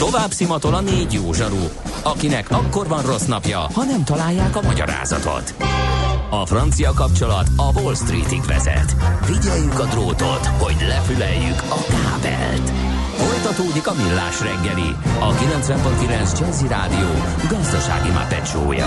Tovább szimatol a 4 jó zsaru, akinek akkor van rossz napja, ha nem találják a magyarázatot. A francia kapcsolat a Wall Streetig vezet. Figyeljük a drótot, hogy lefüleljük a kábelt. Folytatódik a Millás reggeli, a 90.9 Jazzy Rádió gazdasági mápecsója.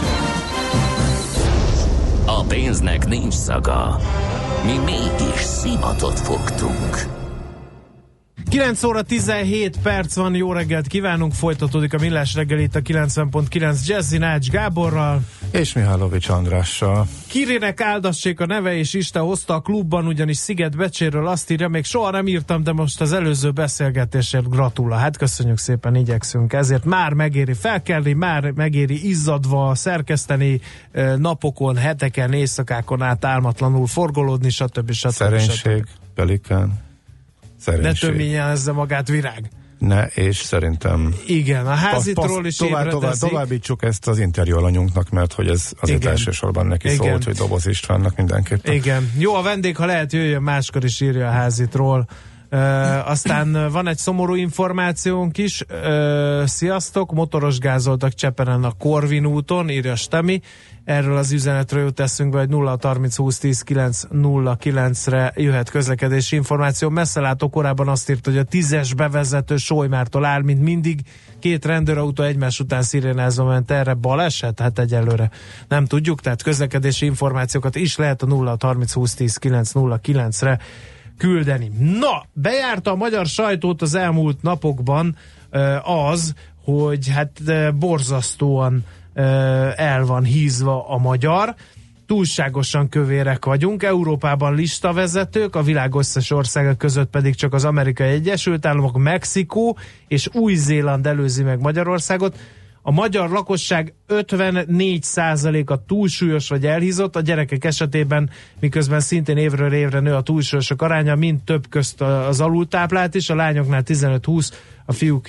A pénznek nincs szaga. Mi mégis szimatot fogtunk. 9 óra 17 perc van, jó reggelt kívánunk, folytatódik a Millás reggel itt a 90.9 Jazzy Nács Gáborral és Mihálovics Andrással. Kirinek áldassék a neve, és Isten hozta a klubban, ugyanis Sziget Becséről azt írja, még soha nem írtam, de most az előző beszélgetésért gratulál. Hát köszönjük szépen, igyekszünk, ezért már megéri felkelni, már megéri izzadva szerkeszteni, napokon, heteken, éjszakákon át álmatlanul forgolódni, stb. Szerénység, pelikán. Ne töményelezze magát Virág. Ne, és szerintem igen, a házitról is továbbítsuk ezt az interjú alanyunknak, mert hogy ez azért elsősorban neki szólt, hogy Doboz Istvánnak mindenképpen. Igen, jó, a vendég, ha lehet, jöjjön máskor is, írja a házitról. Aztán van egy szomorú információnk is. Sziasztok, motoros gázoltak Csepelen a Korvin úton, írja Stemi. Erről az üzenetről jut eszünkbe, hogy 0-30-20-10-9-09-re jöhet közlekedési információ. Messzelátó korábban azt írt, hogy a 10-es bevezető Solymártól áll, mint mindig. 2 rendőrautó egymás után szirénázva ment, erre baleset? Hát egyelőre nem tudjuk, tehát közlekedési információkat is lehet a 0-30-20-10-9-09-re küldeni. Na, bejárta a magyar sajtót az elmúlt napokban az, hogy hát borzasztóan el van hízva a magyar, túlságosan kövérek vagyunk, Európában listavezetők, a világ összes országa között pedig csak az Amerikai Egyesült Államok, Mexikó és Új-Zéland előzi meg Magyarországot. A magyar lakosság 54%-a túlsúlyos vagy elhízott, a gyerekek esetében, miközben szintén évről évre nő a túlsúlyosok aránya, mind több közt az alultáplált is, a lányoknál 15-20, a fiúk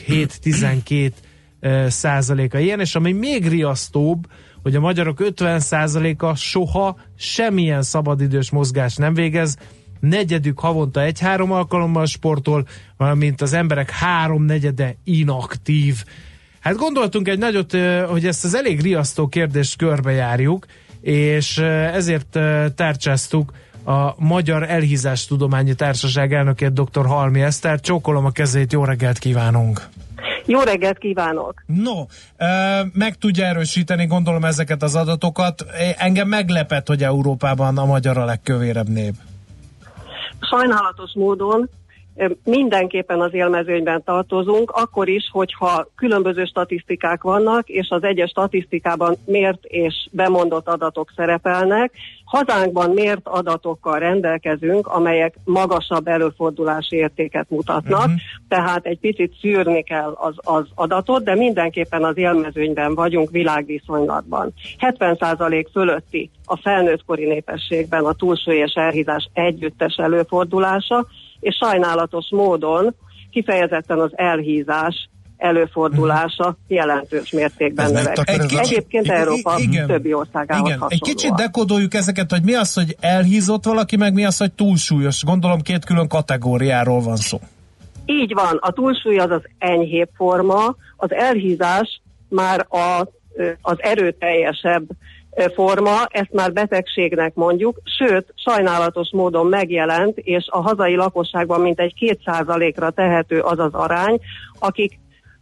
7-12%-a ilyen, és ami még riasztóbb, hogy a magyarok 50%-a soha semmilyen szabadidős mozgást nem végez, negyedük havonta 1-3 alkalommal sportol, valamint az emberek 3/4 inaktív. Hát gondoltunk egy nagyot, hogy ezt az elég riasztó kérdést körbejárjuk, és ezért tárcsáztuk a Magyar Elhízástudományi Társaság elnökét, dr. Halmi Esztert. Csókolom a kezét, jó reggelt kívánunk! Jó reggelt kívánok! No, meg tudja erősíteni, gondolom, ezeket az adatokat. Engem meglepett, hogy Európában a magyar a legkövérebb név. Sajnálatos módon mindenképpen az élmezőnyben tartozunk, akkor is, hogyha különböző statisztikák vannak, és az egyes statisztikában mért és bemondott adatok szerepelnek. Hazánkban mért adatokkal rendelkezünk, amelyek magasabb előfordulási értéket mutatnak, tehát egy picit szűrni kell az adatot, de mindenképpen az élmezőnyben vagyunk világviszonylatban. 70% fölötti a felnőttkori népességben a túlsúly és elhízás együttes előfordulása, és sajnálatos módon kifejezetten az elhízás előfordulása jelentős mértékben növekszik. Egyébként Európa többi országához hasonlóan. Egy kicsit dekódoljuk ezeket, hogy mi az, hogy elhízott valaki, meg mi az, hogy túlsúlyos. Gondolom 2 külön kategóriáról van szó. Így van, a túlsúly az enyhébb forma, az elhízás már az erőteljesebb forma, ezt már betegségnek mondjuk, sőt, sajnálatos módon megjelent, és a hazai lakosságban mintegy 2%-ra tehető az az arány, akik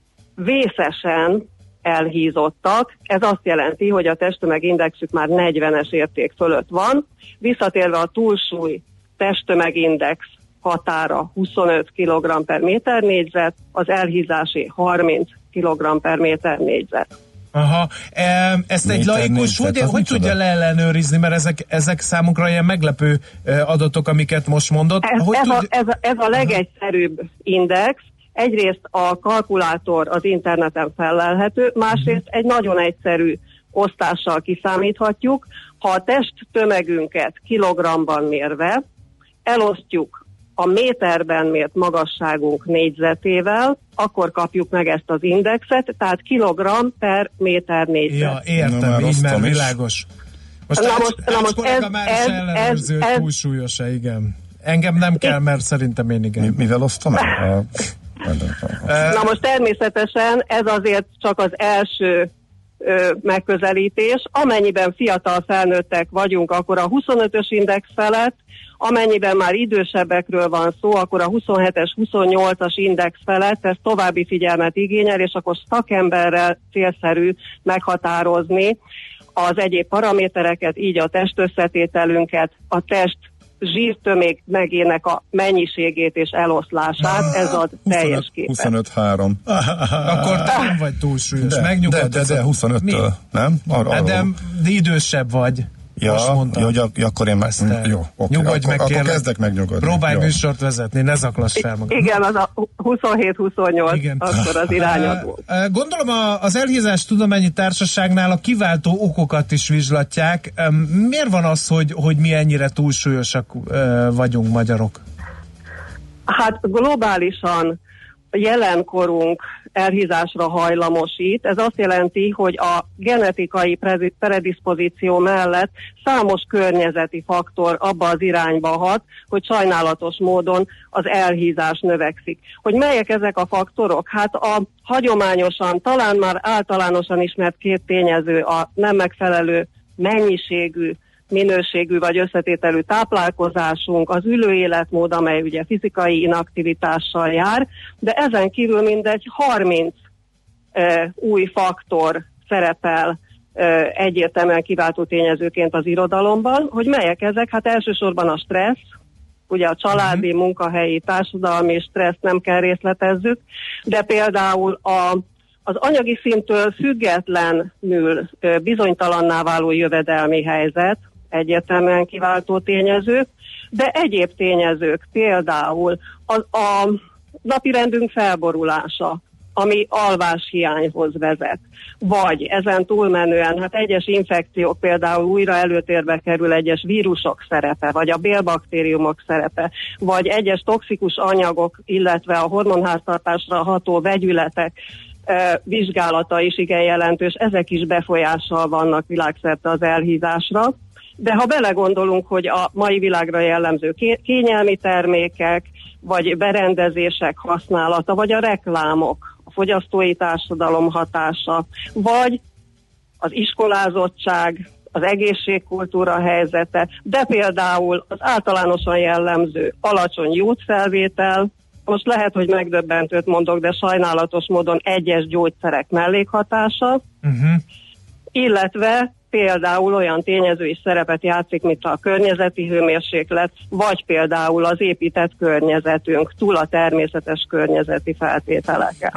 vészesen elhízottak. Ez azt jelenti, hogy a testtömegindexük már 40-es érték fölött van. Visszatérve a túlsúly testtömegindex határa 25 kg per méter négyzet, az elhízásé 30 kg per méter négyzet. Aha, ezt egy laikus hogy tudja leellenőrizni, mert ezek számunkra ilyen meglepő adatok, amiket most mondott. Ez a legegyszerűbb index. Egyrészt a kalkulátor az interneten fellelhető, másrészt egy nagyon egyszerű osztással kiszámíthatjuk. Ha a testtömegünket kilogramban mérve elosztjuk a méterben mért magasságunk négyzetével, akkor kapjuk meg ezt az indexet, tehát kilogramm per méter négyzet. Ja, értem, így már világos. Most ez már is ellenőrző, túlsúlyos-e, igen. Engem nem kell, mert szerintem én igen. Mivel osztom el? Na most természetesen ez azért csak az első megközelítés. Amennyiben fiatal felnőttek vagyunk, akkor a 25-ös index felett, amennyiben már idősebbekről van szó, akkor a 27-es, 28-as index felett ez további figyelmet igényel, és akkor szakemberrel célszerű meghatározni az egyéb paramétereket, így a testösszetételünket, a test zsírtömegének a mennyiségét és eloszlását, ez a teljes képet. 25-3. Akkor te nem vagy túlsúlyos, megnyugodsz. De 25-től, nem? De idősebb vagy. Ja, akkor én már... Jó, oké. Nyugodj meg, akkor kezdek megnyugodni. Próbálj műsort vezetni, ne zaklass fel magad. Igen, az a 27-28, akkor az irányadó. Gondolom az Elhízás Tudományi Társaságnál a kiváltó okokat is vizslatják. Miért van az, hogy mi ennyire túlsúlyosak vagyunk magyarok? Hát globálisan jelenkorunk elhízásra hajlamosít. Ez azt jelenti, hogy a genetikai predispozíció mellett számos környezeti faktor abba az irányba hat, hogy sajnálatos módon az elhízás növekszik. Hogy melyek ezek a faktorok? Hát a hagyományosan, talán már általánosan ismert két tényező, a nem megfelelő mennyiségű, minőségű vagy összetételű táplálkozásunk, az ülő életmód, amely ugye fizikai inaktivitással jár, de ezen kívül mindegy 30 új faktor szerepel egyértelműen kiváltó tényezőként az irodalomban. Hogy melyek ezek? Hát elsősorban a stressz, ugye a családi, munkahelyi, társadalmi stresszt nem kell részletezzük, de például az anyagi szinttől függetlenül bizonytalanná váló jövedelmi helyzet egyértelműen kiváltó tényezők, de egyéb tényezők, például a napirendünk felborulása, ami alváshiányhoz vezet, vagy ezen túlmenően, hát egyes infekciók, például újra előtérbe kerül egyes vírusok szerepe, vagy a bélbaktériumok szerepe, vagy egyes toxikus anyagok, illetve a hormonháztartásra ható vegyületek vizsgálata is igen jelentős, ezek is befolyással vannak világszerte az elhízásra. De ha belegondolunk, hogy a mai világra jellemző kényelmi termékek, vagy berendezések használata, vagy a reklámok, a fogyasztói társadalom hatása, vagy az iskolázottság, az egészségkultúra helyzete, de például az általánosan jellemző alacsony jódfelvétel, most lehet, hogy megdöbbentőt mondok, de sajnálatos módon egyes gyógyszerek mellékhatása, illetve például olyan tényező is szerepet játszik, mint a környezeti hőmérséklet, vagy például az épített környezetünk túl a természetes környezeti feltételeken.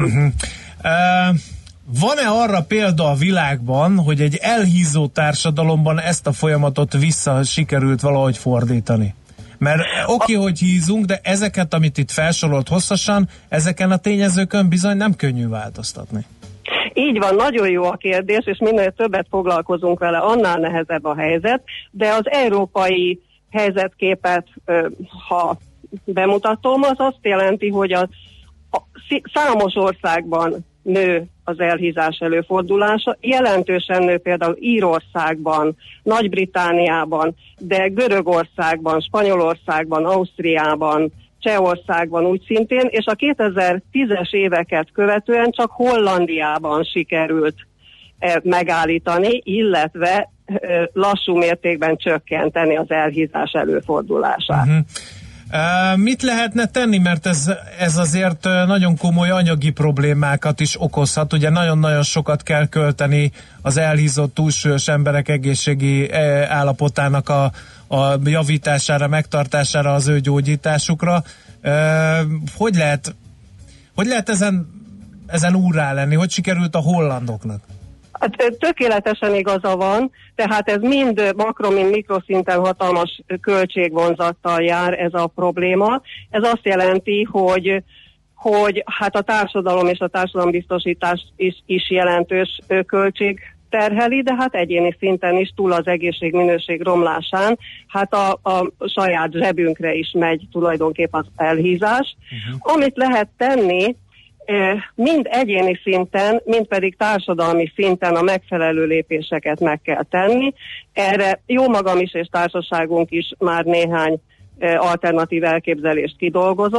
Van-e arra példa a világban, hogy egy elhízó társadalomban ezt a folyamatot vissza sikerült valahogy fordítani? Mert oké, hogy hízunk, de ezeket, amit itt felsorolt hosszasan, ezeken a tényezőkön bizony nem könnyű változtatni. Így van, nagyon jó a kérdés, és minél többet foglalkozunk vele, annál nehezebb a helyzet, de az európai helyzetképet, ha bemutatom, az azt jelenti, hogy a számos országban nő az elhízás előfordulása, jelentősen nő például Írországban, Nagy-Britanniában, de Görögországban, Spanyolországban, Ausztriában, Csehországban úgy szintén, és a 2010-es éveket követően csak Hollandiában sikerült megállítani, illetve lassú mértékben csökkenteni az elhízás előfordulását. Mit lehetne tenni, mert ez azért nagyon komoly anyagi problémákat is okozhat. Ugye nagyon-nagyon sokat kell költeni az elhízott túlsúlyos emberek egészségi állapotának a javítására, megtartására, az ő gyógyításukra. Hogy lehet ezen úrrá lenni? Hogy sikerült a hollandoknak? Hát, tökéletesen igaza van, tehát ez mind makro, mind mikroszinten hatalmas költségvonzattal jár ez a probléma. Ez azt jelenti, hogy hát a társadalom és a társadalombiztosítás is jelentős költség terheli, de hát egyéni szinten is túl az egészségminőség romlásán, hát a saját zsebünkre is megy tulajdonképp az elhízás. Amit lehet tenni, mind egyéni szinten, mind pedig társadalmi szinten a megfelelő lépéseket meg kell tenni. Erre jó magam is és társaságunk is már néhány alternatív elképzelést kidolgozott.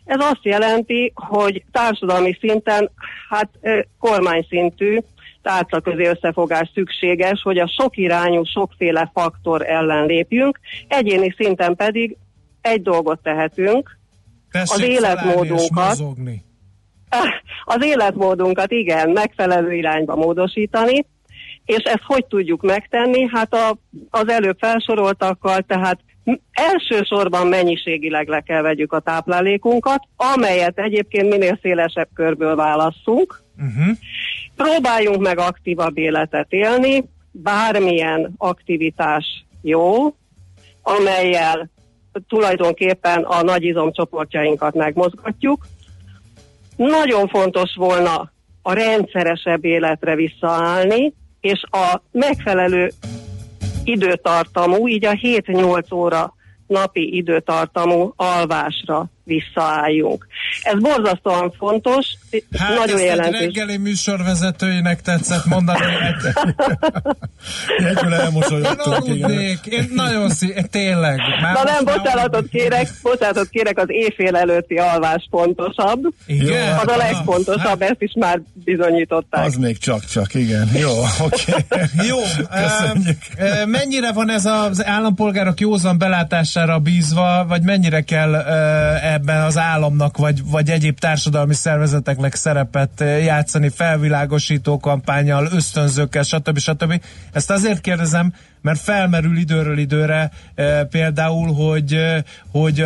Ez azt jelenti, hogy társadalmi szinten, hát kormányszintű tárcaközi összefogás szükséges, hogy a sokirányú, sokféle faktor ellen lépjünk, egyéni szinten pedig egy dolgot tehetünk, az életmódunkat igen, megfelelő irányba módosítani, és ezt hogy tudjuk megtenni? Hát az előbb felsoroltakkal, tehát elsősorban mennyiségileg le kell vegyük a táplálékunkat, amelyet egyébként minél szélesebb körből válasszunk. Próbáljunk meg aktívabb életet élni, bármilyen aktivitás jó, amellyel tulajdonképpen a nagy izomcsoportjainkat megmozgatjuk. Nagyon fontos volna a rendszeresebb életre visszaállni, és a megfelelő időtartamú, így a 7-8 óra napi időtartamú alvásra visszaálljunk. Ez borzasztóan fontos, hát nagyon jelentős. Egy reggeli műsorvezetőinek tetszett mondani. Egyről elmosolyogtunk. Én nagyon tényleg. Na nem, bocsánatot kérek, az éjfél előtti alvás fontosabb. Igen? Az a legfontosabb, ezt is már bizonyították. Az még csak, igen. Jó, oké. Jó, mennyire van ez az állampolgárok józan belátására bízva, vagy mennyire kell ebben az államnak, vagy egyéb társadalmi szervezeteknek szerepet játszani, felvilágosító kampánnyal, ösztönzőkkel, stb. Ezt azért kérdezem, mert felmerül időről időre például, hogy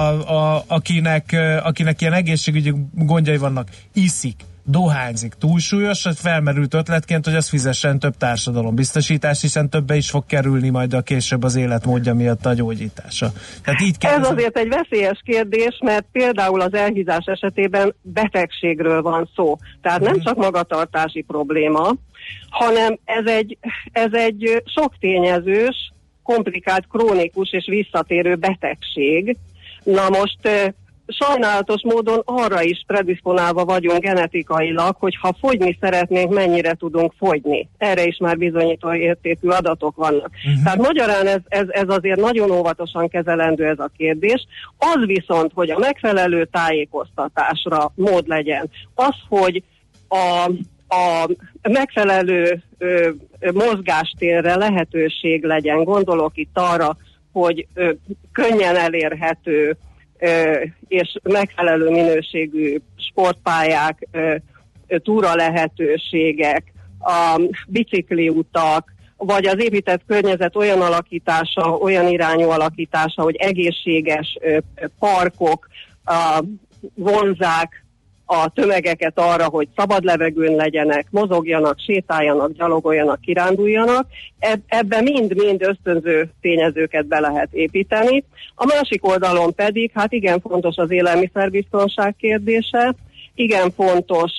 akinek ilyen egészségügyi gondjai vannak, iszik, dohányzik, túlsúlyos, hogy felmerült ötletként, hogy az fizessen több társadalombiztosítást, hiszen többe is fog kerülni majd a később az életmódja miatt a gyógyítása. Tehát így ez azért egy veszélyes kérdés, mert például az elhízás esetében betegségről van szó. Tehát nem csak magatartási probléma, hanem ez egy sok tényezős, komplikált, krónikus és visszatérő betegség. Na most sajnálatos módon arra is predisponálva vagyunk genetikailag, hogy ha fogyni szeretnénk, mennyire tudunk fogyni. Erre is már bizonyító értékű adatok vannak. Tehát magyarán ez azért nagyon óvatosan kezelendő ez a kérdés. Az viszont, hogy a megfelelő tájékoztatásra mód legyen. Az, hogy a megfelelő mozgástérre lehetőség legyen. Gondolok itt arra, hogy könnyen elérhető és megfelelő minőségű sportpályák, túra lehetőségek, a bicikliutak, vagy az épített környezet olyan alakítása, olyan irányú alakítása, hogy egészséges parkok vonzzák a tömegeket arra, hogy szabad levegőn legyenek, mozogjanak, sétáljanak, gyalogoljanak, kiránduljanak. Ebbe mind-mind ösztönző tényezőket be lehet építeni. A másik oldalon pedig, hát igen fontos az élelmiszerbiztonság kérdése, igen fontos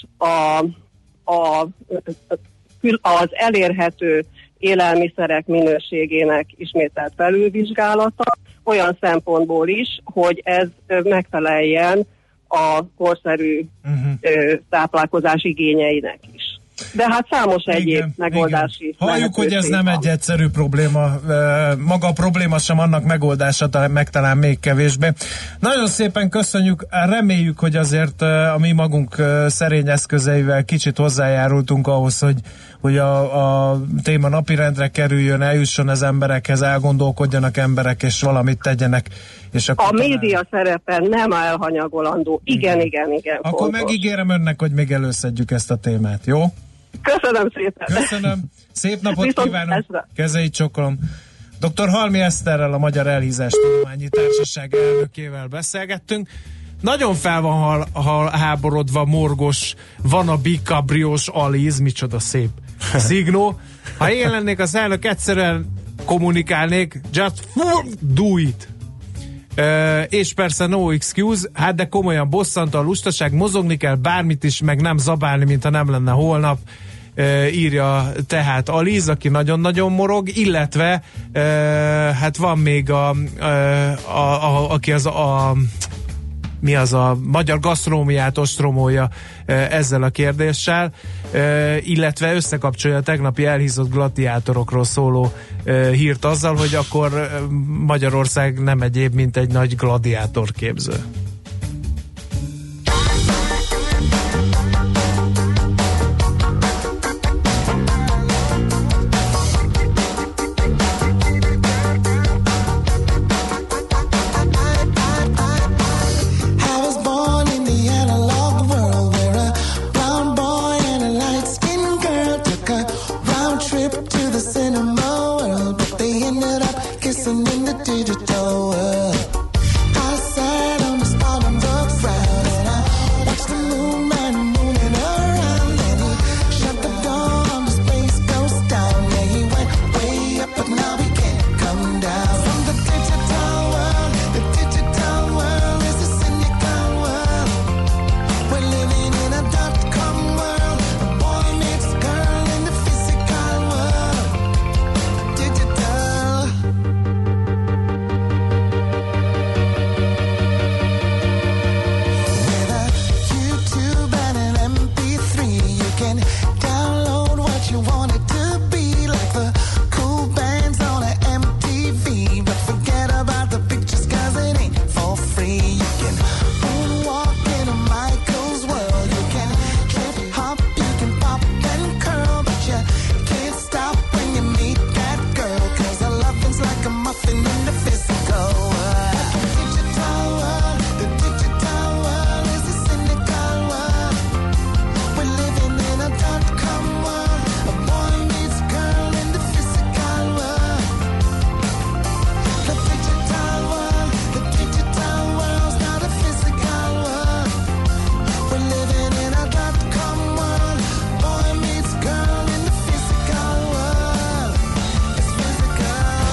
az elérhető élelmiszerek minőségének ismételt felülvizsgálata, olyan szempontból is, hogy ez megfeleljen a korszerű táplálkozás igényeinek is. De hát számos egyéb megoldási. Halljuk, hogy ez nem egy egyszerű probléma. Maga a probléma sem, annak megoldása meg talán még kevésbé. Nagyon szépen köszönjük, reméljük, hogy azért a mi magunk szerény eszközeivel kicsit hozzájárultunk ahhoz, hogy a téma napirendre kerüljön, eljusson az emberekhez, elgondolkodjanak emberek, és valamit tegyenek. És a média szerepe nem elhanyagolandó. Igen. Akkor fontos. Megígérem önnek, hogy még előszedjük ezt a témát, jó? Köszönöm szépen. Köszönöm. Szép napot kívánok. Kezeit csokolom. Dr. Halmi Eszterrel, a Magyar Elhízás Tudományi Társaság elnökével beszélgettünk. Nagyon fel van háborodva morgos, wannabe kabriós Alíz, micsoda szép szignó. Ha én lennék az elnök, egyszerűen kommunikálnék, just do it. És persze no excuse, hát de komolyan bosszantó a lustaság, mozogni kell, bármit is, meg nem zabálni, mintha nem lenne holnap, írja tehát Alíz, aki nagyon-nagyon morog, illetve hát van még aki mi az a magyar gasztronómiát ostromolja ezzel a kérdéssel, illetve összekapcsolja a tegnapi elhízott gladiátorokról szóló hírt azzal, hogy akkor Magyarország nem egyéb, mint egy nagy gladiátorképző. can download what you want it to be, like the cool bands on an MTV. But forget about the pictures, cause it ain't for free. You can moonwalk in a Michael's world. You can trip hop, you can pop and curl, but you can't stop when you meet that girl, cause her loving's like a muffin in the physical world. The digital world is a cynical world. We're living in a .com world. A boy meets girl in the physical world. The digital world's not a physical world. We're living in a .com world. Boy meets girl in the physical world. It's physical.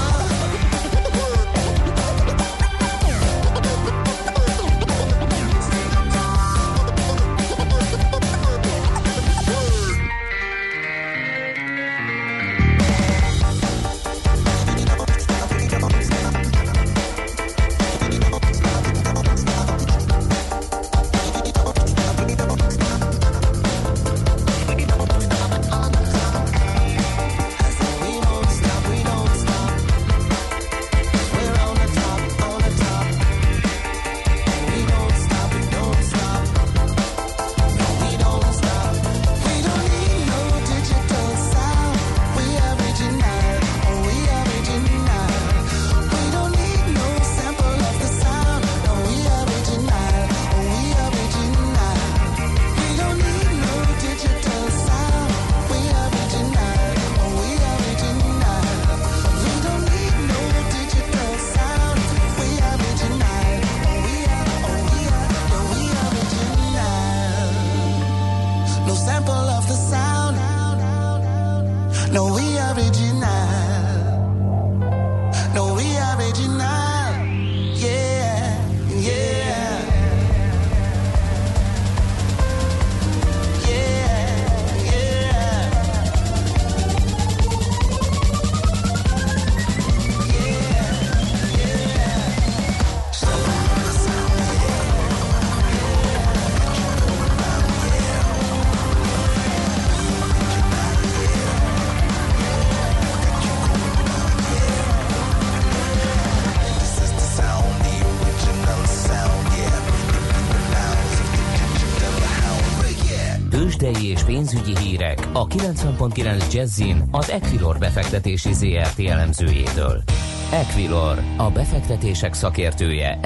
Tőzsdei és pénzügyi hírek a 90.9 Jazzin az Equilor befektetési ZRT elemzőjétől. Equilor, a befektetések szakértője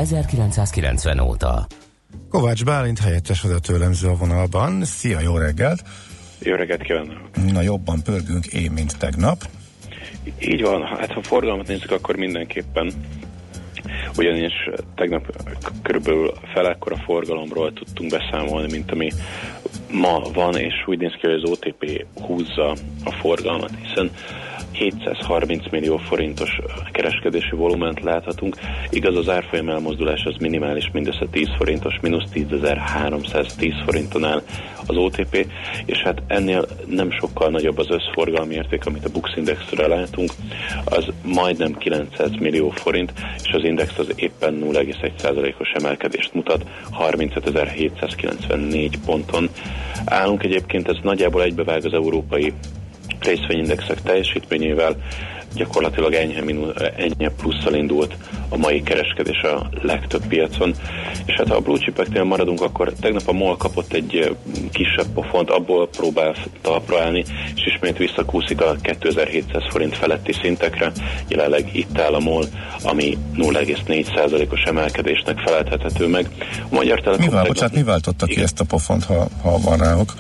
1990 óta. Kovács Bálint helyettes vezetőelemző a vonalban. Szia, jó reggelt! Jó reggelt kívánok! Na, jobban pörgünk mint tegnap. Így van, hát ha forgalmat nézzük, akkor mindenképpen, ugyanis tegnap körülbelül felekkora forgalomról tudtunk beszámolni, mint ami ma van, és úgy néz ki, hogy az OTP húzza a forgalmat, hiszen 730 millió forintos kereskedési volument láthatunk. Igaz, az árfolyam elmozdulás az minimális, mindössze 10 forintos, mínusz 10.310 forinton áll az OTP, és hát ennél nem sokkal nagyobb az összforgalmi érték, amit a Bux Indexre látunk, az majdnem 900 millió forint, és az index az éppen 0,1%-os emelkedést mutat, 35.794 ponton állunk. Egyébként ez nagyjából egybevág az európai részvényindexek teljesítményével, gyakorlatilag enyhe plusszal indult a mai kereskedés a legtöbb piacon. És hát ha a blue chipeknél maradunk, akkor tegnap a MOL kapott egy kisebb pofont, abból próbál talpra állni, és ismét visszakúszik a 2700 forint feletti szintekre. Jelenleg itt áll a MOL, ami 0,4%-os emelkedésnek feleltethető meg. A Magyar Telekom... Mi váltotta ki ezt a pofont, ha van ráok?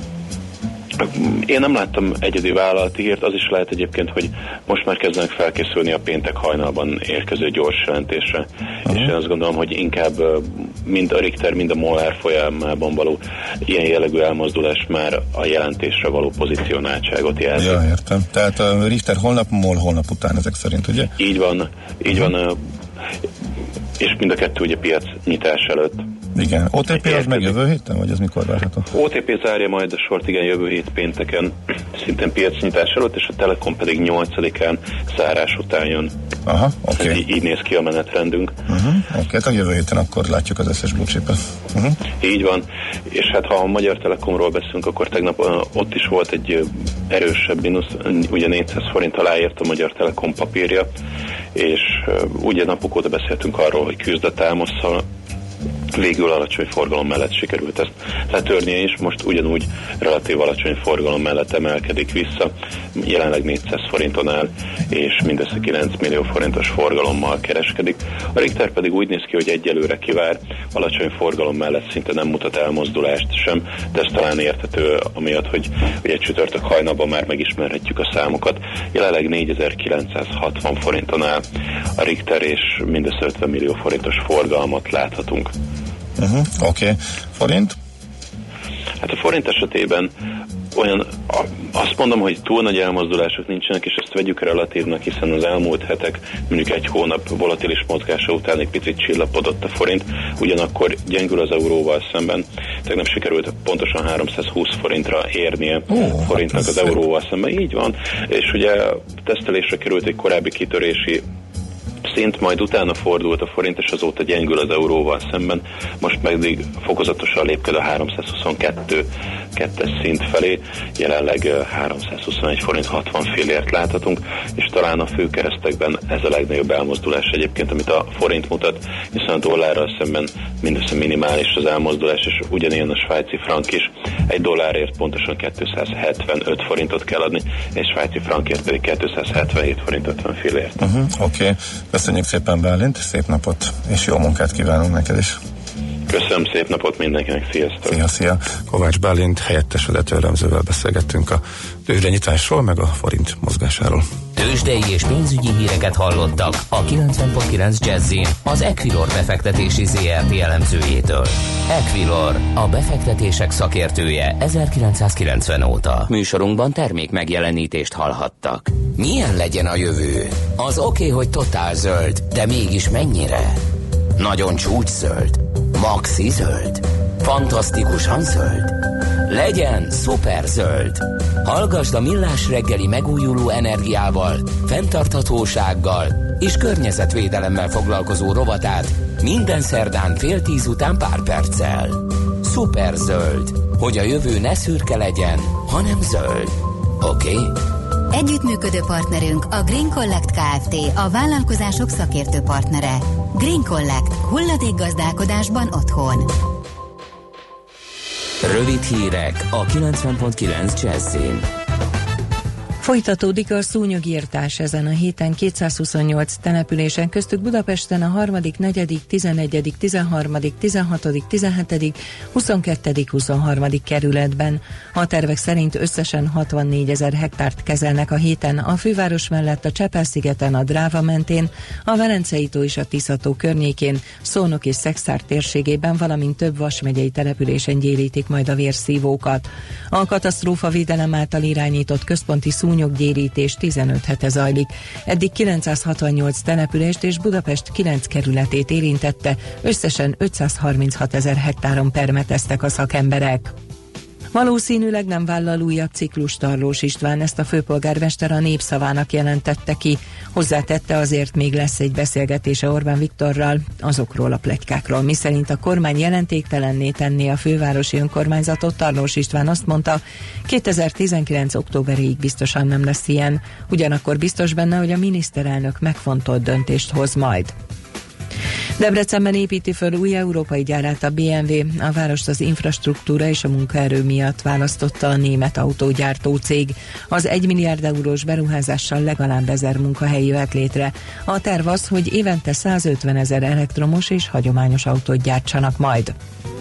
Én nem láttam egyedi vállalati hírt, az is lehet egyébként, hogy most már kezdenek felkészülni a péntek hajnalban érkező gyors jelentésre. És én azt gondolom, hogy inkább mind a Richter, mind a MOL árfolyamában való ilyen jellegű elmozdulás már a jelentésre való pozicionáltságot jelzi. Ja, értem. Tehát a Richter holnap, MOL holnap után ezek szerint, ugye? Így van, és mind a kettő ugye piac nyitás előtt. Igen. OTP az meg jövő héten, vagy az mikor várható? OTP zárja majd a sort, igen, jövő hét pénteken, szintén piacnyitás előtt, és a Telekom pedig 8-án zárás után jön. Aha, oké. Okay. Így néz ki a menetrendünk. Oké, a jövő héten akkor látjuk az összes blue chipet. Így van, és hát ha a Magyar Telekomról beszélünk, akkor tegnap ott is volt egy erősebb mínusz, ugye 400 forint alá ért a Magyar Telekom papírja, és ugye napok óta beszéltünk arról, hogy küzd a támasszal, végül alacsony forgalom mellett sikerült ezt letörnie is, most ugyanúgy relatív alacsony forgalom mellett emelkedik vissza, jelenleg 400 forinton áll, és mindössze 9 millió forintos forgalommal kereskedik. A Richter pedig úgy néz ki, hogy egyelőre kivár, alacsony forgalom mellett szinte nem mutat elmozdulást sem, de ez talán érthető amiatt, hogy egy csütörtök hajnalban már megismerhetjük a számokat. Jelenleg 4960 forinton áll a Richter, és mindössze 50 millió forintos forgalmat láthatunk. Oké. Forint? Hát a forint esetében olyan, azt mondom, hogy túl nagy elmozdulások nincsenek, és ezt vegyük relatívnak, hiszen az elmúlt hetek, mondjuk egy hónap volatilis mozgása után egy picit csillapodott a forint, ugyanakkor gyengül az euróval szemben. Tegnap sikerült pontosan 320 forintra érnie forintnak az euróval szemben. Így van, és ugye tesztelésre került egy korábbi kitörési szint, majd utána fordult a forint, és azóta gyengül az euróval szemben, most pedig fokozatosan lépked a 322-es szint felé, jelenleg 321 forint 60 fillért láthatunk, és talán a főkeresztekben ez a legnagyobb elmozdulás egyébként, amit a forint mutat, hiszen a dollárral szemben mindössze minimális az elmozdulás, és ugyanilyen a svájci frank is. Egy dollárért pontosan 275 forintot kell adni, és svájci frankért pedig 277 forint 50 fillért. Oké. Köszönjük szépen, Bálint, szép napot, és jó munkát kívánunk neked is. Köszönöm, szép napot mindenkinek, sziasztok! Szia! Kovács Bálint helyettes vezetőelemzővel beszélgettünk a tőzsdenyitásról, meg a forint mozgásáról. Tőzsdei és pénzügyi híreket hallottak a 90.9 Jazzin az Equilor befektetési ZRT elemzőjétől. Equilor, a befektetések szakértője 1990 óta. Műsorunkban termék megjelenítést hallhattak. Milyen legyen a jövő? Az oké, hogy totál zöld, de mégis mennyire? Nagyon csúcszöld? Maxi zöld? Fantasztikusan zöld? Legyen szuper zöld! Hallgasd a Millás reggeli megújuló energiával, fenntarthatósággal és környezetvédelemmel foglalkozó rovatát minden szerdán 9:30 után pár perccel. Szuper zöld, hogy a jövő ne szürke legyen, hanem zöld. Oké? Együttműködő partnerünk a Green Collect Kft. A vállalkozások szakértő partnere. Green Collect. Hulladékgazdálkodásban otthon. Rövid hírek a 90.9 Jazzin. Folytatódik a szúnyogirtás ezen a héten 228 településen, köztük Budapesten a 3., 4., 11., 13., 16., 17., 22., 23. kerületben. A tervek szerint összesen 64 000 hektárt kezelnek a héten a főváros mellett a Csepel-szigeten, a Dráva mentén, a Velencei-tó és a Tisza-tó környékén, Szolnok és Szekszárd térségében, valamint több Vas megyei településen gyérítik majd a vérszívókat. A katasztrófavédelem által irányított központi szúnyoggyérítés 15 hete zajlik. Eddig 968 települést és Budapest 9 kerületét érintette, összesen 536 000 hektáron permeteztek a szakemberek. Valószínűleg nem vállal újabb ciklust Tarlós István, ezt a főpolgármester a Népszavának jelentette ki. Hozzátette, azért még lesz egy beszélgetése Orbán Viktorral azokról a pletykákról, miszerint a kormány jelentéktelenné tenné a fővárosi önkormányzatot. Tarlós István azt mondta, 2019. októberéig biztosan nem lesz ilyen. Ugyanakkor biztos benne, hogy a miniszterelnök megfontolt döntést hoz majd. Debrecenben építi föl új európai gyárát a BMW. A várost az infrastruktúra és a munkaerő miatt választotta a német autógyártó cég. Az 1 milliárd eurós beruházással legalább 1000 munkahely jöhet létre. A terv az, hogy évente 150 000 elektromos és hagyományos autót gyártsanak majd.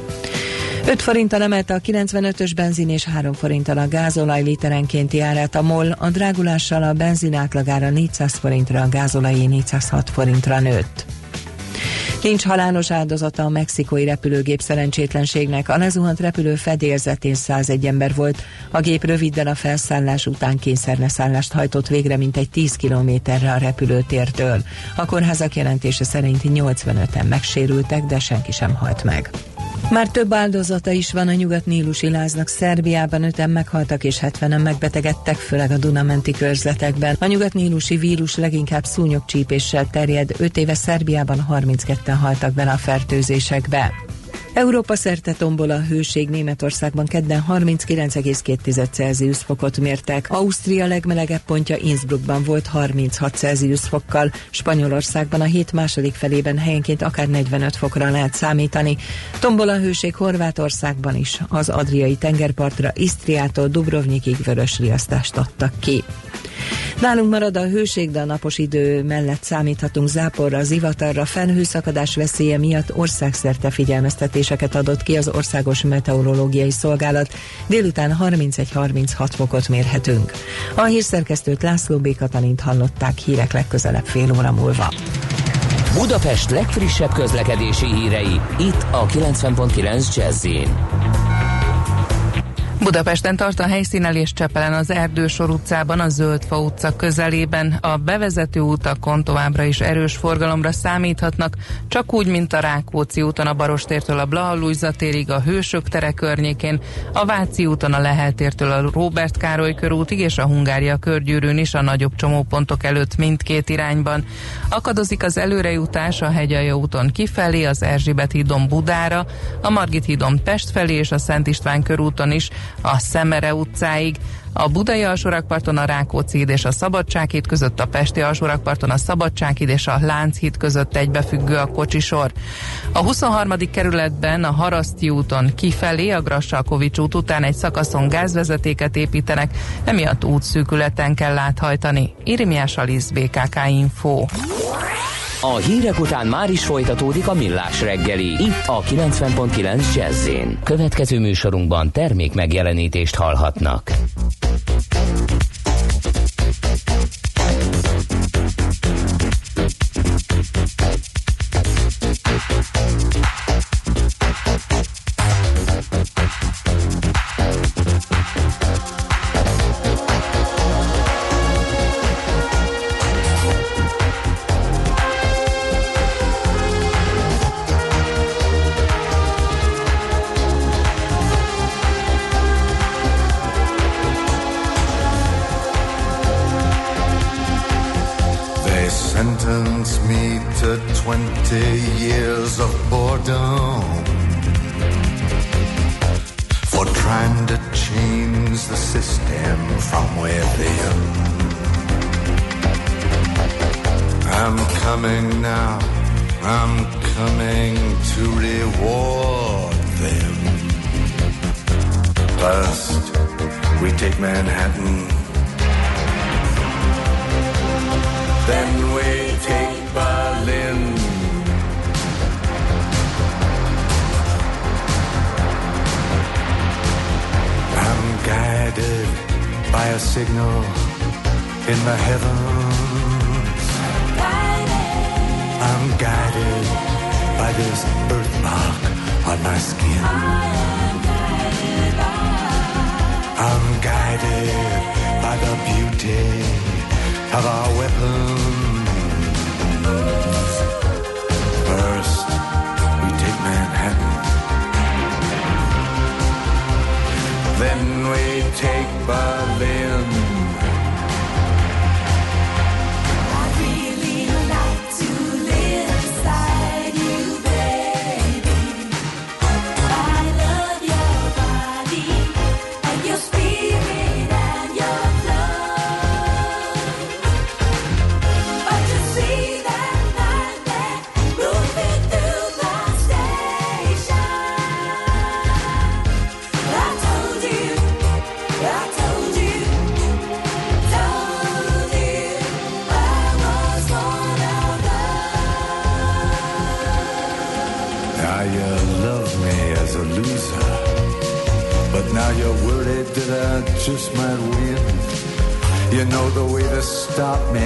5 forinttal emelte a 95-ös benzin és 3 forinttal a gázolaj literenkénti árát a MOL. A drágulással a benzin átlagára 400 forintra, a gázolajé 406 forintra nőtt. Nincs halálos áldozata a mexikói repülőgép szerencsétlenségnek. A lezuhant repülő fedélzetén 101 ember volt. A gép röviddel a felszállás után kényszerleszállást hajtott végre mintegy 10 kilométerre a repülőtértől. A kórházak jelentése szerint 85-en megsérültek, de senki sem halt meg. Már több áldozata is van a nyugat-nílusi láznak. Szerbiában 5-en meghaltak és 70-en megbetegedtek, főleg a Duna-menti körzetekben. A nyugat-nílusi vírus leginkább szúnyogcsípéssel terjed, 5 éve Szerbiában 32-en haltak bele a fertőzésekbe. Európa szerte tombol a hőség, Németországban kedden 39,2 Celsius fokot mértek. Ausztria legmelegebb pontja Innsbruckban volt 36 Celsius fokkal, Spanyolországban a hét második felében helyenként akár 45 fokra lehet számítani. Tombol a hőség Horvátországban is, az Adriai tengerpartra Isztriától Dubrovnikig vörös riasztást adtak ki. Nálunk marad a hőség, de a napos idő mellett számíthatunk záporra, zivatarra, felhőszakadás veszélye miatt országszerte figyelmeztetéseket adott ki az Országos Meteorológiai Szolgálat. Délután 31-36 fokot mérhetünk. A hírszerkesztőt, László B. Katalint hallották, hírek legközelebb fél óra múlva. Budapest legfrissebb közlekedési hírei, itt a 90.9 Jazz-in. Budapesten tart a helyszínelés Csepelen az Erdősor utcában, a Zöldfa utca közelében. A bevezető utakon továbbra is erős forgalomra számíthatnak, csak úgy, mint a Rákóczi úton a Barostértől a Blaha Lujza térig, a Hősök tere környékén, a Váci úton a Lehel tértől a Róbert Károly körútig és a Hungária körgyűrűn is a nagyobb csomópontok előtt mindkét irányban. Akadozik az előrejutás a Hegyalja úton kifelé, az Erzsébet hídon Budára, a Margit hídon Pest felé és a Szent István körúton is a Szemere utcáig, a Budai alsórakparton a Rákóczi híd és a Szabadsághíd között, a Pesti alsórakparton a Szabadsághíd és a Lánchíd között egybefüggő a kocsisor. A 23. kerületben a Haraszti úton kifelé, a Grassalkovics út után egy szakaszon gázvezetéket építenek, emiatt útszűkületen kell áthajtani. Irimiás Alisz, BKK Info. A hírek után már is folytatódik a Millás reggeli, itt a 90.9 Jazz-in. Következő műsorunkban termék megjelenítést hallhatnak. Sentence me to 20 years of boredom for trying to change the system from within. I'm coming now, I'm coming to reward them. First, we take Manhattan, then we take Berlin. I'm guided by a signal in the heavens. I'm guided by this birthmark on my skin. I'm guided by the beauty of our weapons. First, we take Manhattan, then we take Berlin. I really like to live inside you, baby. I love your body and your spirit and your love. But you see that nightmare moving through the station. I told you I was one of them. Now you love me as a loser, but now you're worried that I just might win. You know the way to stop me,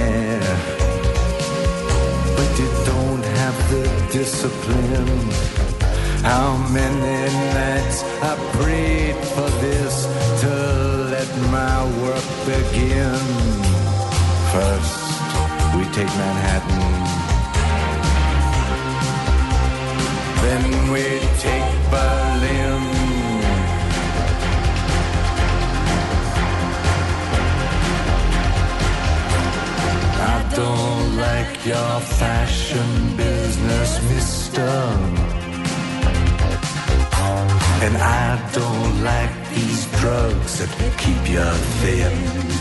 but you don't have the discipline. How many nights I prayed for this to let my work begin. First, we take Manhattan, Then we take Berlin. I don't like your fashion business, mister. And I don't like these drugs that keep you thin.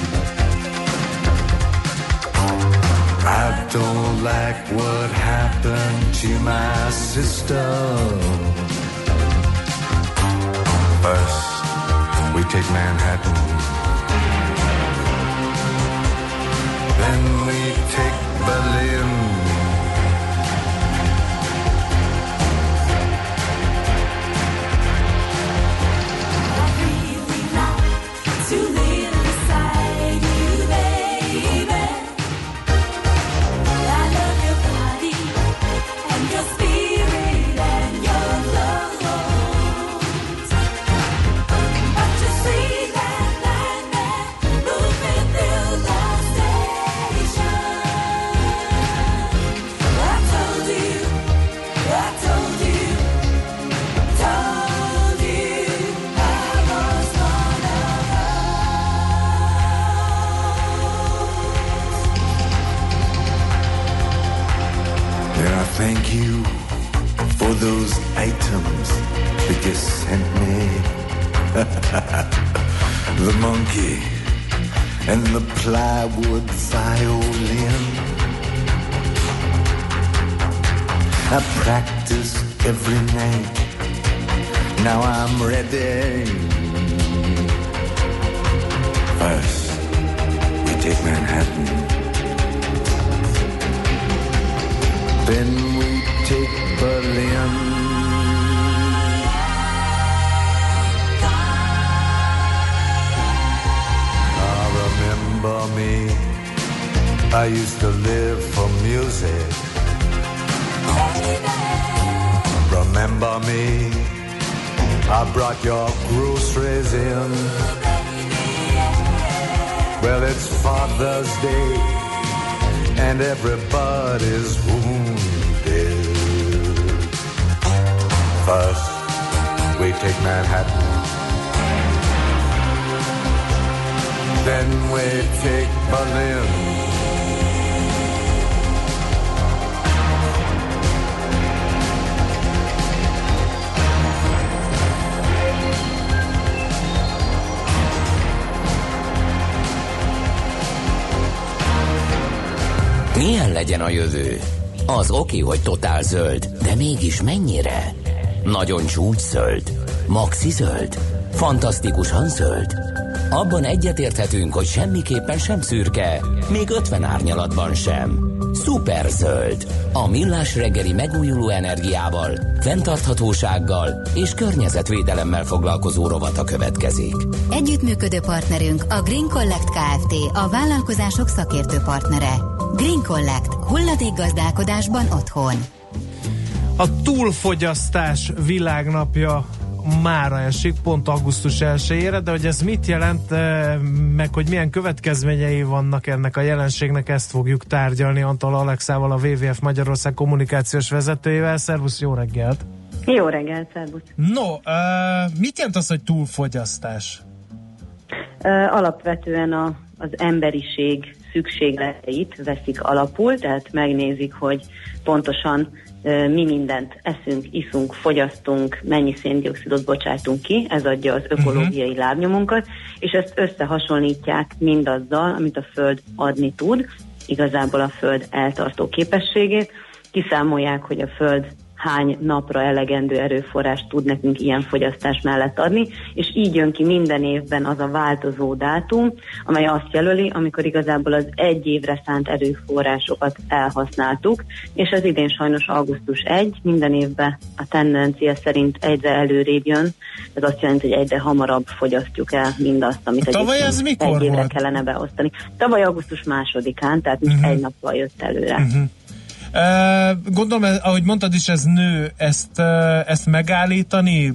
I don't like what happened to my sister. First, we take Manhattan. Then we take Berlin. Thank you for those items that you sent me. The monkey and the plywood violin. I practiced every night. Now I'm ready. First, we take Manhattan. Then we take Berlin. Remember me? I used to live for music. Remember me? I brought your groceries in. Well, it's Father's Day, and everybody's wounded. First, we take Manhattan. Then we take Berlin. Milyen legyen a jövő? Az oké, hogy totál zöld, de mégis mennyire? Nagyon csúcs zöld? Maxi zöld? Fantasztikusan zöld? Abban egyetérthetünk, hogy semmiképpen sem szürke, még 50 árnyalatban sem. Szuper zöld. A Millás reggeli megújuló energiával, fenntarthatósággal és környezetvédelemmel foglalkozó rovata következik. Együttműködő partnerünk a Green Collect Kft. A vállalkozások szakértő partnere. Green Collect. Hulladékgazdálkodásban otthon. A túlfogyasztás világnapja mára esik, pont augusztus 1-ére, de hogy ez mit jelent, meg hogy milyen következményei vannak ennek a jelenségnek, ezt fogjuk tárgyalni Antal Alexával, a WWF Magyarország kommunikációs vezetőjével. Szervusz, jó reggelt! Jó reggelt, szervusz! No, mit jelent az, hogy túlfogyasztás? Alapvetően az emberiség szükségleteit veszik alapul, tehát megnézik, hogy pontosan mi mindent eszünk, iszunk, fogyasztunk, mennyi széndioxidot bocsátunk ki, ez adja az ökológiai lábnyomunkat, és ezt összehasonlítják mindazzal, amit a Föld adni tud, igazából a Föld eltartó képességét, kiszámolják, hogy a Föld hány napra elegendő erőforrást tud nekünk ilyen fogyasztás mellett adni, és így jön ki minden évben az a változó dátum, amely azt jelöli, amikor igazából az egy évre szánt erőforrásokat elhasználtuk, és ez idén sajnos augusztus 1, minden évben a tendencia szerint egyre előrébb jön, ez azt jelenti, hogy egyre hamarabb fogyasztjuk el mindazt, amit egy évre kellene beosztani. Tavaly augusztus 2-án, tehát egy nappal jött előre. Gondolom, ahogy mondtad is, ez nő, ezt megállítani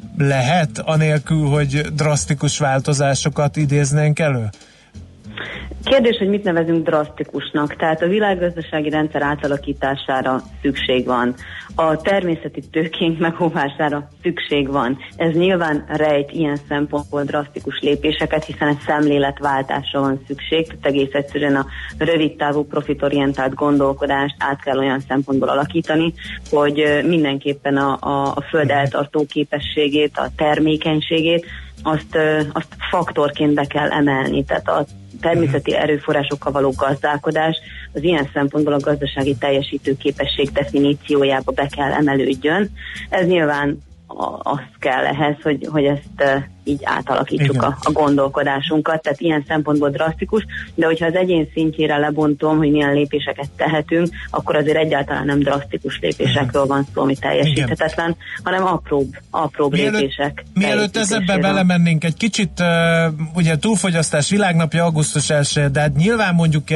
lehet, anélkül, hogy drasztikus változásokat idéznénk elő? Kérdés, hogy mit nevezünk drasztikusnak. Tehát a világgazdasági rendszer átalakítására szükség van. A természeti tőkénk megóvására szükség van. Ez nyilván rejt ilyen szempontból drasztikus lépéseket, hiszen egy szemléletváltásra van szükség. Tehát egész egyszerűen a rövidtávú profitorientált gondolkodást át kell olyan szempontból alakítani, hogy mindenképpen a föld eltartó képességét, a termékenységét, azt faktorként be kell emelni. Tehát a természeti erőforrásokkal való gazdálkodás az ilyen szempontból a gazdasági teljesítőképesség definíciójába be kell emelődjön. Ez nyilván az kell ehhez, hogy ezt így átalakítsuk a gondolkodásunkat, tehát ilyen szempontból drasztikus, de hogyha az egyén szintjére lebontom, hogy milyen lépéseket tehetünk, akkor azért egyáltalán nem drasztikus lépésekről van szó, ami teljesíthetetlen, hanem apróbb lépések. Mielőtt ezzel belemennénk egy kicsit, ugye túlfogyasztás világnapja augusztus 1, de hát nyilván mondjuk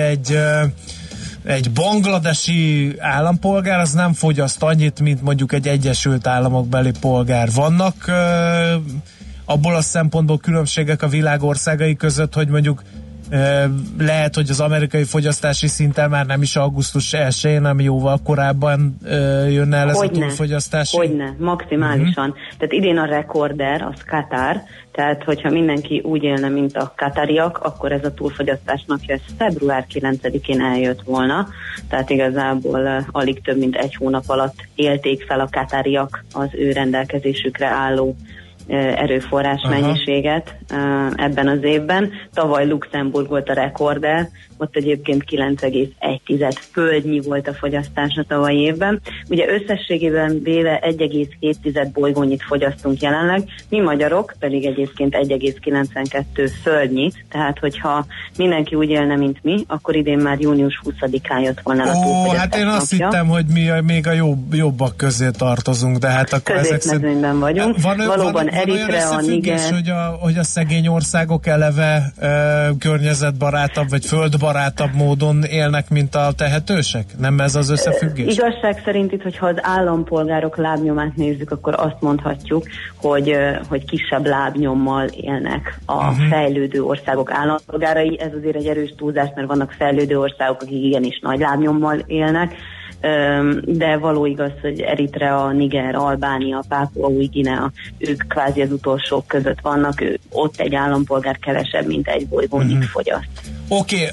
egy bangladesi állampolgár az nem fogyaszt annyit, mint mondjuk egy Egyesült Államok beli polgár. Vannak abból a szempontból különbségek a világ országai között, hogy mondjuk lehet, hogy az amerikai fogyasztási szinten már nem is augusztus 1-én, hanem jóval korábban jönne el ez a túlfogyasztás? Hogyne, maximálisan. Tehát idén a rekorder, az Katar, tehát hogyha mindenki úgy élne, mint a katariak, akkor ez a túlfogyasztás napja, ez február 9-én eljött volna, tehát igazából alig több mint egy hónap alatt élték fel a katariak az ő rendelkezésükre álló erőforrás mennyiséget ebben az évben. Tavaly Luxemburg volt a rekorder, ott egyébként 9,1 földnyi volt a fogyasztás a tavalyi évben. Ugye összességében véve 1,7 bolygónyit fogyasztunk jelenleg, mi magyarok pedig egyébként 1,92 földnyit, tehát hogyha mindenki úgy élne, mint mi, akkor idén már június 20-án jött volna a túlfogyasztás hát én azt hittem, hogy mi még a jobbak közé tartozunk, de hát akkor középmezőnyben vagyunk. Valóban Eritrea, Niger. Hogy a szegény országok eleve környezetbarátabb vagy földbarátabb módon élnek, mint a tehetősek? Nem ez az összefüggés? Igazság szerint itt, hogyha az állampolgárok lábnyomát nézzük, akkor azt mondhatjuk, hogy kisebb lábnyommal élnek a fejlődő országok állampolgárai. Ez azért egy erős túlzás, mert vannak fejlődő országok, akik igenis nagy lábnyommal élnek, de való igaz, hogy Eritrea, Niger, Albánia, Pápua Új Guinea, ők kvázi az utolsók között vannak, ott egy állampolgár kevesebb, mint egy bolygónyit fogyaszt. Oké,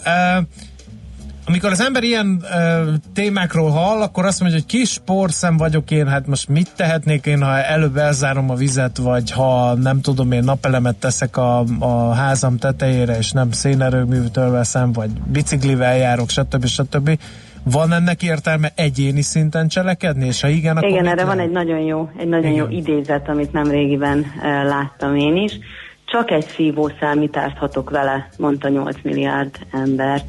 amikor az ember ilyen témákról hall, akkor azt mondja, hogy kis porszem vagyok én, hát most mit tehetnék én, ha előbb elzárom a vizet, vagy ha nem tudom, én napelemet teszek a házam tetejére, és nem szénerőműtől veszem, vagy biciklivel járok, stb. Van ennek értelme egyéni szinten cselekedni? És ha igen, akkor igen, erre van egy nagyon jó idézet, amit nem régiben láttam én is. Csak egy szívószál, mit árthatok vele, mondta 8 milliárd ember.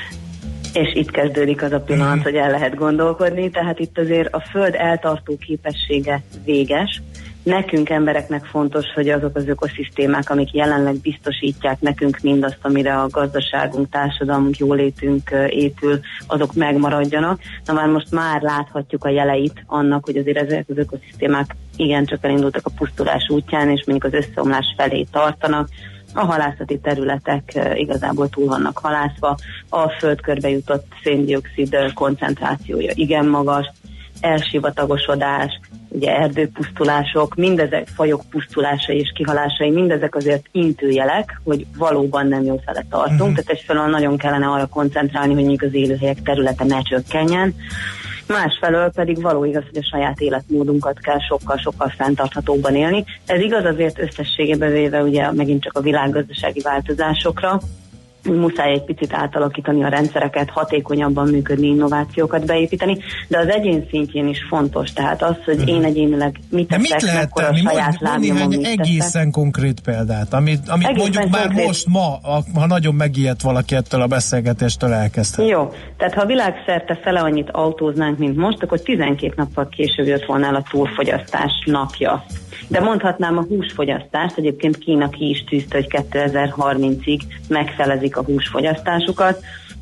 És itt kezdődik az a pillanat, hogy el lehet gondolkodni, tehát itt azért a föld eltartó képessége véges. Nekünk embereknek fontos, hogy azok az ökoszisztémák, amik jelenleg biztosítják nekünk mindazt, amire a gazdaságunk, társadalmunk, jólétünk épül, azok megmaradjanak. Na már most már láthatjuk a jeleit annak, hogy azért ezek az ökoszisztémák igencsak elindultak a pusztulás útján, és mondjuk az összeomlás felé tartanak. A halászati területek igazából túl vannak halászva, a földkörbe jutott szén-dioxid koncentrációja igen magas, elsivatagosodás, ugye erdőpusztulások, mindezek fajok pusztulásai és kihalásai, mindezek azért intőjelek, hogy valóban nem jó fele tartunk, tehát egyfelől nagyon kellene arra koncentrálni, hogy mondjuk az élőhelyek területe ne csökkenjen, másfelől pedig való igaz, hogy a saját életmódunkat kell sokkal-sokkal fenntarthatóbban élni. Ez igaz azért összességében véve ugye megint csak a világgazdasági változásokra, muszáj egy picit átalakítani a rendszereket, hatékonyabban működni, innovációkat beépíteni, de az egyén szintjén is fontos, tehát az, hogy én egyénileg mit teszek, mekkora a saját lábnyomom, egészen konkrét példát, amit mondjuk már most ma, ha nagyon megijedt valaki ettől a beszélgetéstől elkezdhet. Jó, tehát ha világszerte fele annyit autóznánk, mint most, akkor 12 nappal később jött volna el a túlfogyasztás napja. De mondhatnám a húsfogyasztást, egyébként Kína ki is tűzte, hogy 2030-ig megfelezik a húsfogyasztásukat.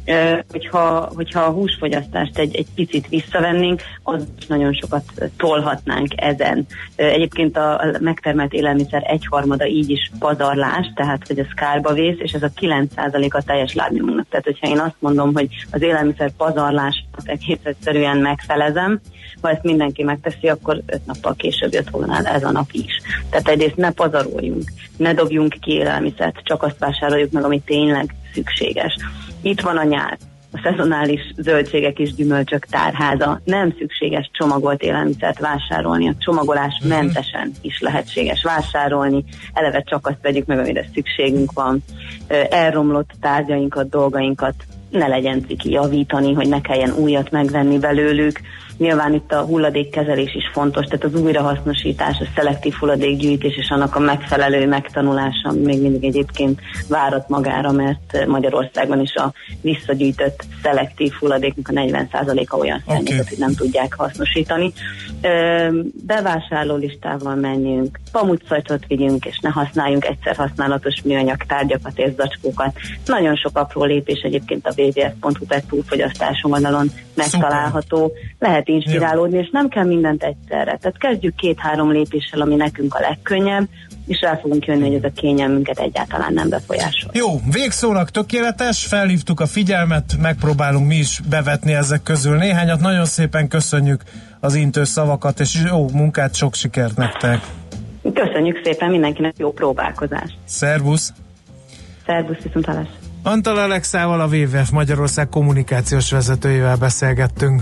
hogyha a húsfogyasztást egy picit visszavennénk, az nagyon sokat tolhatnánk ezen. Egyébként a megtermelt élelmiszer egyharmada így is pazarlás, tehát hogy ez kárba vész, és ez a 9% a teljes lábnyomónak. Tehát hogyha én azt mondom, hogy az élelmiszer pazarlás egész egyszerűen megfelezem, ha ezt mindenki megteszi, akkor 5 nappal később jött volna ez a nap is. Tehát egyrészt ne pazaroljunk, ne dobjunk ki élelmiszert, csak azt vásároljuk meg, ami tényleg szükséges. Itt van a nyár, a szezonális zöldségek és gyümölcsök tárháza. Nem szükséges csomagolt élelmiszert vásárolni, a csomagolás mentesen is lehetséges vásárolni, eleve csak azt vegyük meg, amire szükségünk van. Elromlott tárgyainkat, dolgainkat ne legyen ciki javítani, hogy ne kelljen újat megvenni belőlük. Nyilván itt a hulladékkezelés is fontos, tehát az újrahasznosítás, a szelektív hulladékgyűjtés és annak a megfelelő megtanulása még mindig egyébként várat magára, mert Magyarországban is a visszagyűjtött szelektív hulladéknak a 40%-a olyan szennyezett, hogy nem tudják hasznosítani. Bevásárló listával menjünk, pamucszajtot vigyünk, és ne használjunk egyszer használatos műanyag tárgyakat és zacskókat. Nagyon sok apró lépés egyébként a www.hu per túlfogyasztáson oldalon megtalálható. Lehet inspirálódni, és nem kell mindent egyszerre. Tehát kezdjük 2-3 lépéssel, ami nekünk a legkönnyebb, és rá fogunk jönni, hogy ez a kényelmünket egyáltalán nem befolyásol. Jó, végszónak tökéletes, felhívtuk a figyelmet, megpróbálunk mi is bevetni ezek közül néhányat. Nagyon szépen köszönjük az intő szavakat, és jó munkát, sok sikert nektek! Köszönjük szépen, mindenkinek jó próbálkozást! Szervusz! Szervusz, viszontlátásra! Antal Alexával, a WWF Magyarország kommunikációs vezetőjével beszélgettünk.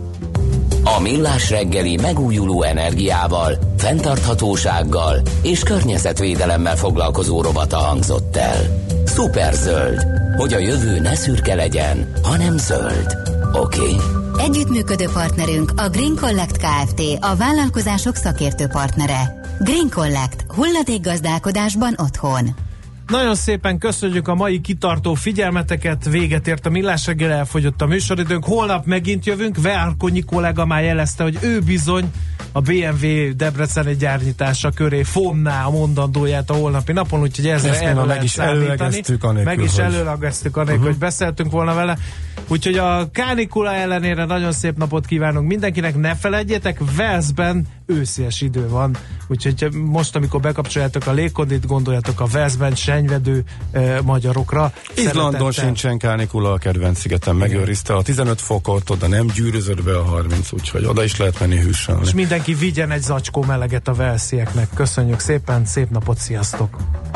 A Millás reggeli megújuló energiával, fenntarthatósággal és környezetvédelemmel foglalkozó rovata hangzott el. Szuperzöld, hogy a jövő ne szürke legyen, hanem zöld. Oké? Együttműködő partnerünk a Green Collect Kft., a vállalkozások szakértő partnere. Green Collect. Hulladékgazdálkodásban otthon. Nagyon szépen köszönjük a mai kitartó figyelmeteket, véget ért a Millás reggel, elfogyott a műsoridőnk, holnap megint jövünk. Veárkonyi kollega már jelezte, hogy ő bizony a BMW Debreceni gyárnyitása köré fonná a mondandóját a holnapi napon, úgyhogy ezzel meg is előlegeztük anélkül, hogy beszéltünk volna vele. Úgyhogy a kánikula ellenére nagyon szép napot kívánunk mindenkinek, ne feledjetek, Velszben őszies idő van, úgyhogy most, amikor bekapcsoljátok a légkondit, gondoljatok a Velszben senyvedő magyarokra. Izlandon sincsen kánikula, a kedvenc szigetem megőrizte a 15 fokot, oda nem gyűrűzött be a 30, úgyhogy oda is lehet menni hűsen. És mindenki vigyen egy zacskó meleget a velszieknek. Köszönjük szépen, szép napot, sziasztok!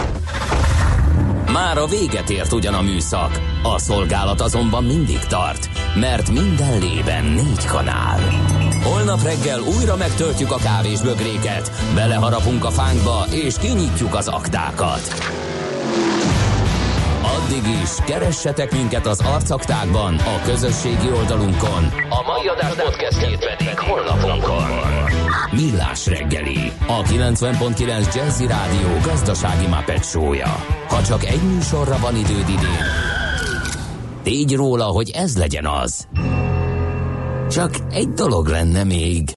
Már a véget ért ugyan a műszak, a szolgálat azonban mindig tart, mert minden lében 4 kanál. Holnap reggel újra megtöltjük a kávésbögréket, beleharapunk a fánkba és kinyitjuk az aktákat. Addig is keressetek minket az arcaktákban, a közösségi oldalunkon, a mai adás podcastjét pedig honlapunkon. Millás reggeli, a 90.9 Jazzy Rádió gazdasági Muppet show-ja. Ha csak egy műsorra van időd idén, tégy róla, hogy ez legyen az. Csak egy dolog lenne még.